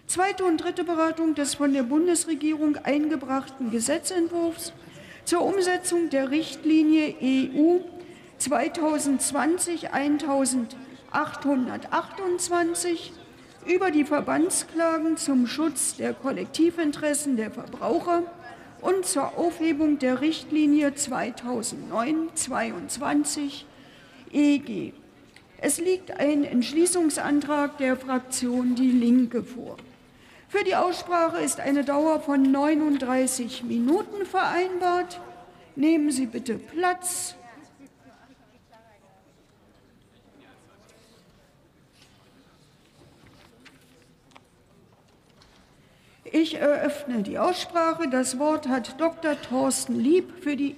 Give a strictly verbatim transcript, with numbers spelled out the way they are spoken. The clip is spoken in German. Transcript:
Zweite und dritte Beratung des von der Bundesregierung eingebrachten Gesetzentwurfs zur Umsetzung der Richtlinie E U zweitausendzwanzig eintausendachthundertachtundzwanzig über die Verbandsklagen zum Schutz der Kollektivinteressen der Verbraucher und zur Aufhebung der Richtlinie zweitausendneun zweiundzwanzig E G. Es liegt ein Entschließungsantrag der Fraktion Die Linke vor. Für die Aussprache ist eine Dauer von neununddreißig Minuten vereinbart. Nehmen Sie bitte Platz. Ich eröffne die Aussprache. Das Wort hat Doktor Thorsten Lieb für die